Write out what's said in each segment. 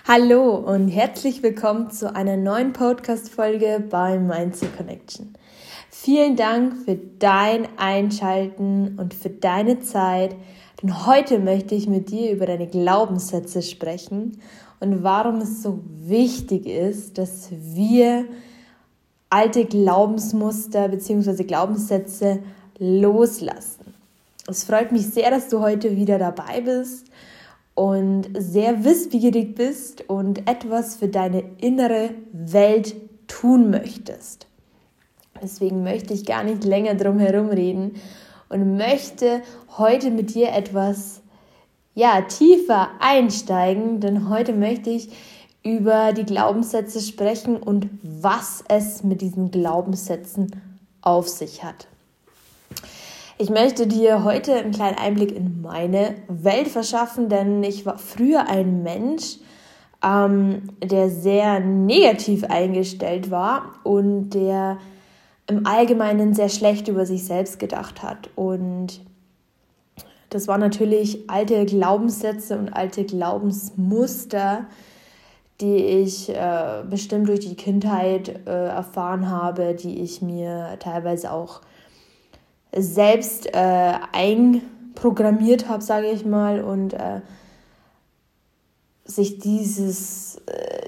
Hallo und herzlich willkommen zu einer neuen Podcast-Folge bei Mindset Connection. Vielen Dank für dein Einschalten und für deine Zeit, denn heute möchte ich mit dir über deine Glaubenssätze sprechen und warum es so wichtig ist, dass wir alte Glaubensmuster bzw. Glaubenssätze loslassen. Es freut mich sehr, dass du heute wieder dabei bist und sehr wissbegierig bist und etwas für deine innere Welt tun möchtest. Deswegen möchte ich gar nicht länger drum herum reden und möchte heute mit dir etwas tiefer einsteigen, denn heute möchte ich über die Glaubenssätze sprechen und was es mit diesen Glaubenssätzen auf sich hat. Ich möchte dir heute einen kleinen Einblick in meine Welt verschaffen, denn ich war früher ein Mensch, der sehr negativ eingestellt war und der im Allgemeinen sehr schlecht über sich selbst gedacht hat. Und das waren natürlich alte Glaubenssätze und alte Glaubensmuster, die ich bestimmt durch die Kindheit erfahren habe, die ich mir teilweise auch selbst einprogrammiert habe, sage ich mal, und sich dieses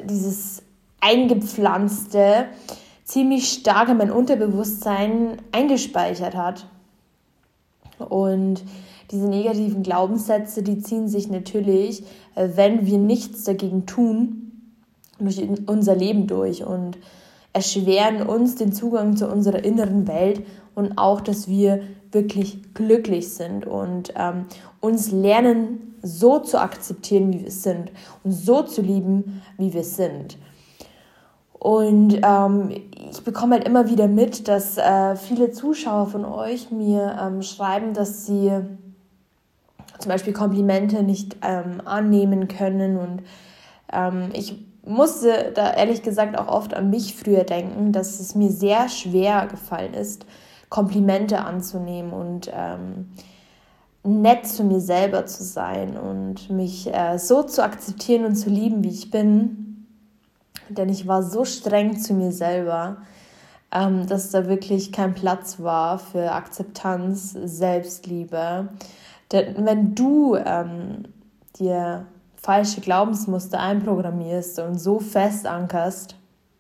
Eingepflanzte ziemlich stark in mein Unterbewusstsein eingespeichert hat. Und diese negativen Glaubenssätze, die ziehen sich natürlich, wenn wir nichts dagegen tun, durch unser Leben durch und erschweren uns den Zugang zu unserer inneren Welt und auch, dass wir wirklich glücklich sind und uns lernen, so zu akzeptieren, wie wir sind und so zu lieben, wie wir sind. Und ich bekomme halt immer wieder mit, dass viele Zuschauer von euch mir schreiben, dass sie zum Beispiel Komplimente nicht annehmen können. Und ich musste da ehrlich gesagt auch oft an mich früher denken, dass es mir sehr schwer gefallen ist, Komplimente anzunehmen und nett zu mir selber zu sein und mich so zu akzeptieren und zu lieben, wie ich bin. Denn ich war so streng zu mir selber, dass da wirklich kein Platz war für Akzeptanz, Selbstliebe. Denn wenn du dir falsche Glaubensmuster einprogrammierst und so fest ankerst,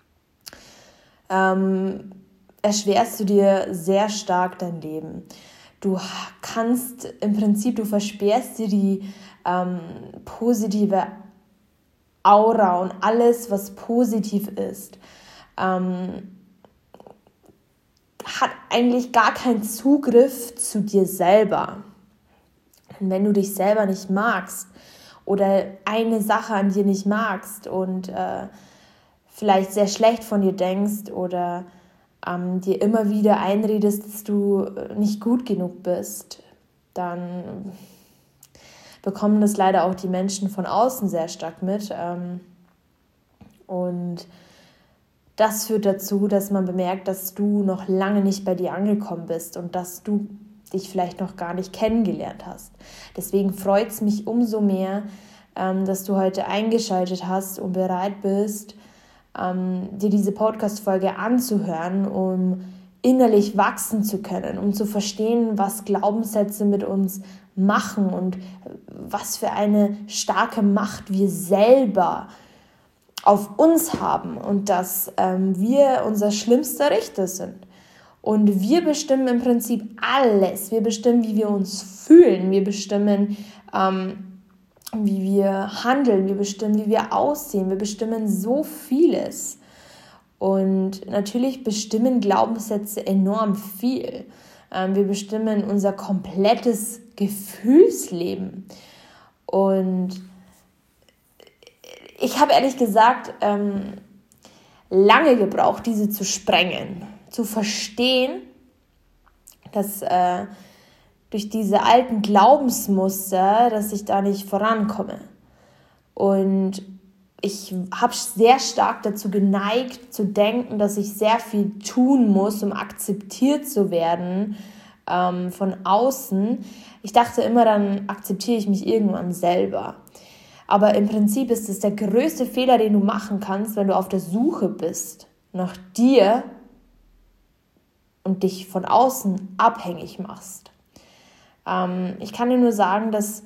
erschwerst du dir sehr stark dein Leben. Du versperrst dir die positive Aura und alles, was positiv ist, hat eigentlich gar keinen Zugriff zu dir selber. Und wenn du dich selber nicht magst oder eine Sache an dir nicht magst und vielleicht sehr schlecht von dir denkst oder dir immer wieder einredest, dass du nicht gut genug bist, dann bekommen das leider auch die Menschen von außen sehr stark mit. Und das führt dazu, dass man bemerkt, dass du noch lange nicht bei dir angekommen bist und dass du dich vielleicht noch gar nicht kennengelernt hast. Deswegen freut es mich umso mehr, dass du heute eingeschaltet hast und bereit bist, dir diese Podcast-Folge anzuhören, um innerlich wachsen zu können, um zu verstehen, was Glaubenssätze mit uns machen und was für eine starke Macht wir selber auf uns haben und dass wir unser schlimmster Richter sind. Und wir bestimmen im Prinzip alles. Wir bestimmen, wie wir uns fühlen. Wir bestimmen, wie wir handeln. Wir bestimmen, wie wir aussehen. Wir bestimmen so vieles. Und natürlich bestimmen Glaubenssätze enorm viel. Wir bestimmen unser komplettes Gefühlsleben. Und ich habe ehrlich gesagt lange gebraucht, diese zu sprengen, zu verstehen, dass durch diese alten Glaubensmuster, dass ich da nicht vorankomme. Und ich habe sehr stark dazu geneigt, zu denken, dass ich sehr viel tun muss, um akzeptiert zu werden von außen. Ich dachte immer, dann akzeptiere ich mich irgendwann selber. Aber im Prinzip ist es der größte Fehler, den du machen kannst, wenn du auf der Suche bist nach dir und dich von außen abhängig machst. Ich kann dir nur sagen, dass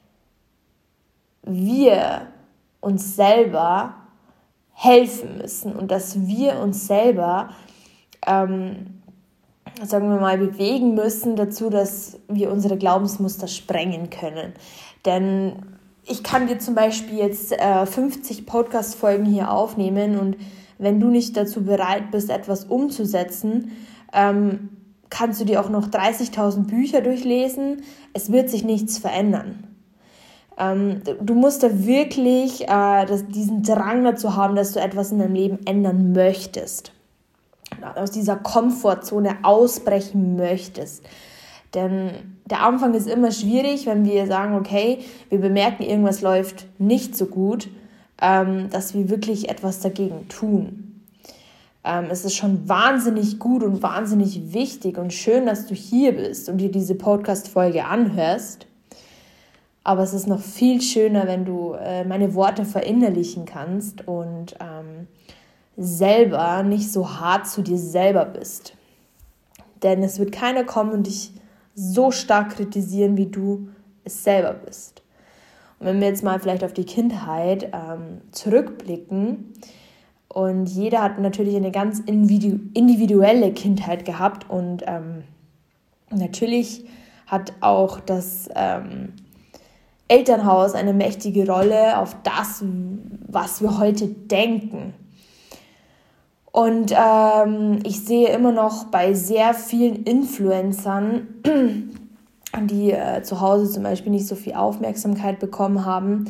wir uns selber helfen müssen und dass wir uns selber, sagen wir mal, bewegen müssen dazu, dass wir unsere Glaubensmuster sprengen können. Denn ich kann dir zum Beispiel jetzt 50 Podcast-Folgen hier aufnehmen und wenn du nicht dazu bereit bist, etwas umzusetzen, kannst du dir auch noch 30.000 Bücher durchlesen. Es wird sich nichts verändern. Du musst da wirklich diesen Drang dazu haben, dass du etwas in deinem Leben ändern möchtest. Aus dieser Komfortzone ausbrechen möchtest. Denn der Anfang ist immer schwierig, wenn wir sagen, okay, wir bemerken, irgendwas läuft nicht so gut, dass wir wirklich etwas dagegen tun. Es ist schon wahnsinnig gut und wahnsinnig wichtig und schön, dass du hier bist und dir diese Podcast-Folge anhörst. Aber es ist noch viel schöner, wenn du meine Worte verinnerlichen kannst und selber nicht so hart zu dir selber bist. Denn es wird keiner kommen und dich so stark kritisieren, wie du es selber bist. Und wenn wir jetzt mal vielleicht auf die Kindheit zurückblicken, und jeder hat natürlich eine ganz individuelle Kindheit gehabt und natürlich hat auch das Elternhaus eine mächtige Rolle auf das, was wir heute denken. Und ich sehe immer noch bei sehr vielen Influencern, die zu Hause zum Beispiel nicht so viel Aufmerksamkeit bekommen haben,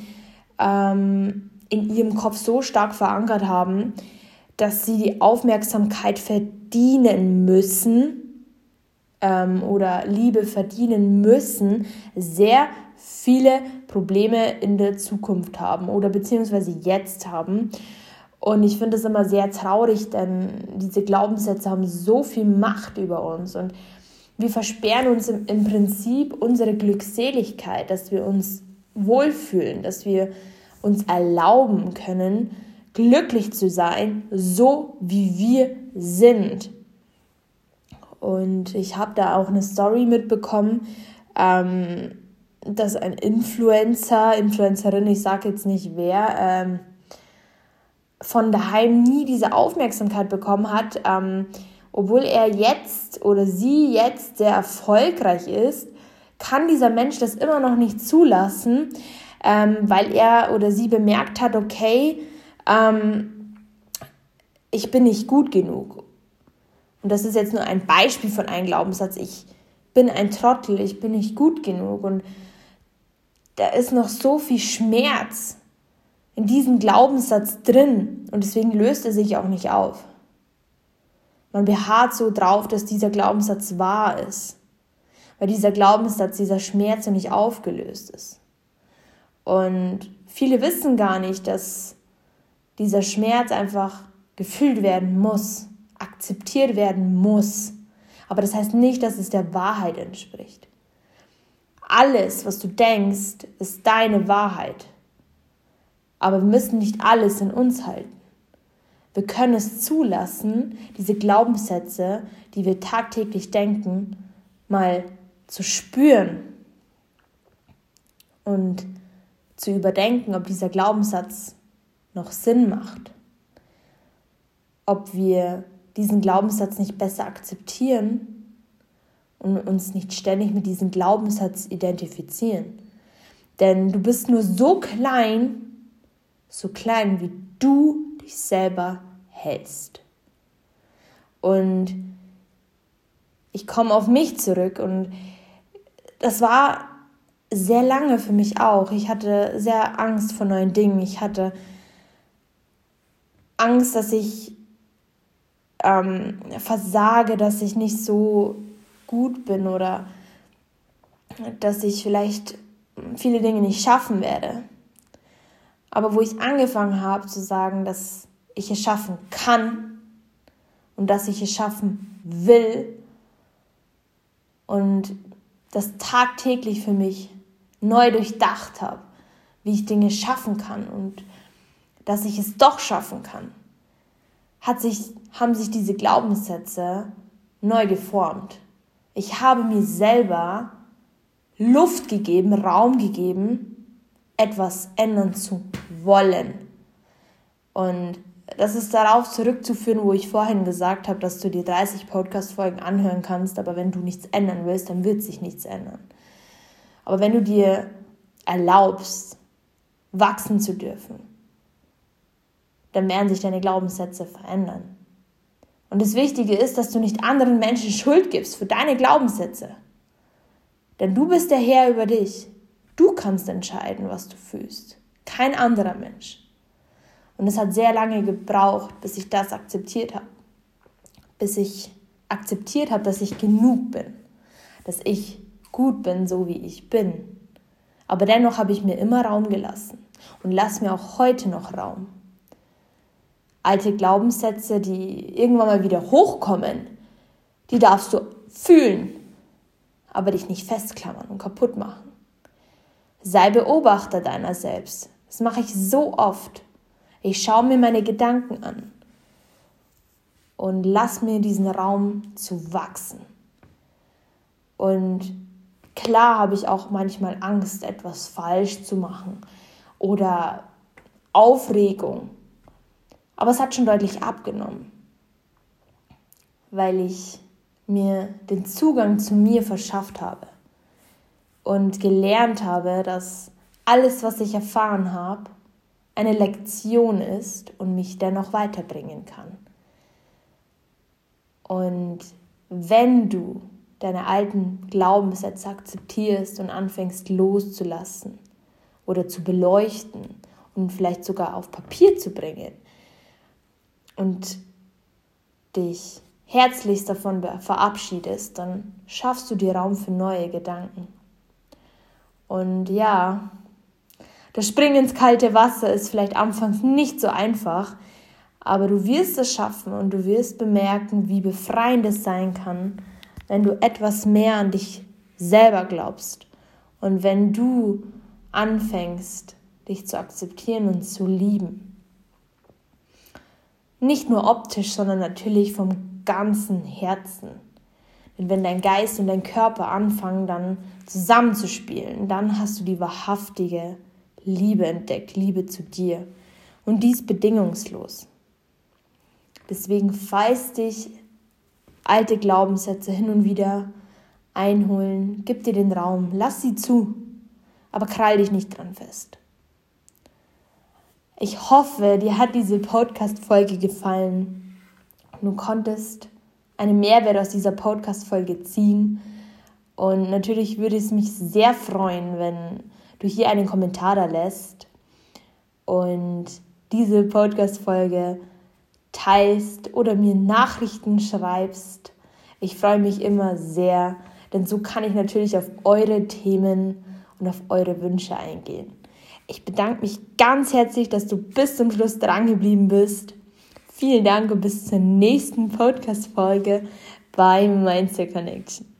in ihrem Kopf so stark verankert haben, dass sie die Aufmerksamkeit verdienen müssen oder Liebe verdienen müssen, sehr viele Probleme in der Zukunft haben oder beziehungsweise jetzt haben. Und ich finde es immer sehr traurig, denn diese Glaubenssätze haben so viel Macht über uns und wir versperren uns im Prinzip unsere Glückseligkeit, dass wir uns wohlfühlen, dass wir uns erlauben können, glücklich zu sein, so wie wir sind. Und ich habe da auch eine Story mitbekommen, dass ein Influencerin, ich sage jetzt nicht wer, von daheim nie diese Aufmerksamkeit bekommen hat, obwohl er jetzt oder sie jetzt sehr erfolgreich ist, kann dieser Mensch das immer noch nicht zulassen, weil er oder sie bemerkt hat, okay, ich bin nicht gut genug. Und das ist jetzt nur ein Beispiel von einem Glaubenssatz. Ich bin ein Trottel, ich bin nicht gut genug. Und da ist noch so viel Schmerz in diesem Glaubenssatz drin. Und deswegen löst er sich auch nicht auf. Man beharrt so drauf, dass dieser Glaubenssatz wahr ist. Weil dieser Glaubenssatz, dieser Schmerz noch nicht aufgelöst ist. Und viele wissen gar nicht, dass dieser Schmerz einfach gefühlt werden muss, akzeptiert werden muss. Aber das heißt nicht, dass es der Wahrheit entspricht. Alles, was du denkst, ist deine Wahrheit. Aber wir müssen nicht alles in uns halten. Wir können es zulassen, diese Glaubenssätze, die wir tagtäglich denken, mal zu spüren und zu überdenken, ob dieser Glaubenssatz noch Sinn macht. Ob wir diesen Glaubenssatz nicht besser akzeptieren und uns nicht ständig mit diesem Glaubenssatz identifizieren. Denn du bist nur so klein, wie du dich selber hältst. Und ich komme auf mich zurück und das war sehr lange für mich auch. Ich hatte sehr Angst vor neuen Dingen. Ich hatte Angst, dass ich versage, dass ich nicht so gut bin oder dass ich vielleicht viele Dinge nicht schaffen werde. Aber wo ich angefangen habe zu sagen, dass ich es schaffen kann und dass ich es schaffen will und das tagtäglich für mich neu durchdacht habe, wie ich Dinge schaffen kann und dass ich es doch schaffen kann, haben sich diese Glaubenssätze neu geformt. Ich habe mir selber Luft gegeben, Raum gegeben, etwas ändern zu wollen. Und das ist darauf zurückzuführen, wo ich vorhin gesagt habe, dass du dir 30 Podcast-Folgen anhören kannst, aber wenn du nichts ändern willst, dann wird sich nichts ändern. Aber wenn du dir erlaubst, wachsen zu dürfen, dann werden sich deine Glaubenssätze verändern. Und das Wichtige ist, dass du nicht anderen Menschen Schuld gibst für deine Glaubenssätze. Denn du bist der Herr über dich. Du kannst entscheiden, was du fühlst. Kein anderer Mensch. Und es hat sehr lange gebraucht, bis ich das akzeptiert habe. Bis ich akzeptiert habe, dass ich genug bin. Dass ich gut bin, so wie ich bin. Aber dennoch habe ich mir immer Raum gelassen. Und lass mir auch heute noch Raum. Alte Glaubenssätze, die irgendwann mal wieder hochkommen, die darfst du fühlen, aber dich nicht festklammern und kaputt machen. Sei Beobachter deiner selbst. Das mache ich so oft. Ich schaue mir meine Gedanken an und lass mir diesen Raum zu wachsen. Und klar habe ich auch manchmal Angst, etwas falsch zu machen oder Aufregung. Aber es hat schon deutlich abgenommen, weil ich mir den Zugang zu mir verschafft habe und gelernt habe, dass alles, was ich erfahren habe, eine Lektion ist und mich dennoch weiterbringen kann. Und wenn du deine alten Glaubenssätze akzeptierst und anfängst loszulassen oder zu beleuchten und vielleicht sogar auf Papier zu bringen und dich herzlichst davon verabschiedest, dann schaffst du dir Raum für neue Gedanken. Und ja, das Springen ins kalte Wasser ist vielleicht anfangs nicht so einfach, aber du wirst es schaffen und du wirst bemerken, wie befreiend es sein kann, wenn du etwas mehr an dich selber glaubst und wenn du anfängst, dich zu akzeptieren und zu lieben. Nicht nur optisch, sondern natürlich vom ganzen Herzen. Denn wenn dein Geist und dein Körper anfangen, dann zusammenzuspielen, dann hast du die wahrhaftige Liebe entdeckt, Liebe zu dir. Und dies bedingungslos. Deswegen falls dich alte Glaubenssätze hin und wieder einholen, gib dir den Raum, lass sie zu, aber krall dich nicht dran fest. Ich hoffe, dir hat diese Podcast-Folge gefallen und du konntest einen Mehrwert aus dieser Podcast-Folge ziehen. Und natürlich würde es mich sehr freuen, wenn du hier einen Kommentar da lässt und diese Podcast-Folge teilst oder mir Nachrichten schreibst. Ich freue mich immer sehr, denn so kann ich natürlich auf eure Themen und auf eure Wünsche eingehen. Ich bedanke mich ganz herzlich, dass du bis zum Schluss dran geblieben bist. Vielen Dank und bis zur nächsten Podcast-Folge bei Mindset Connection.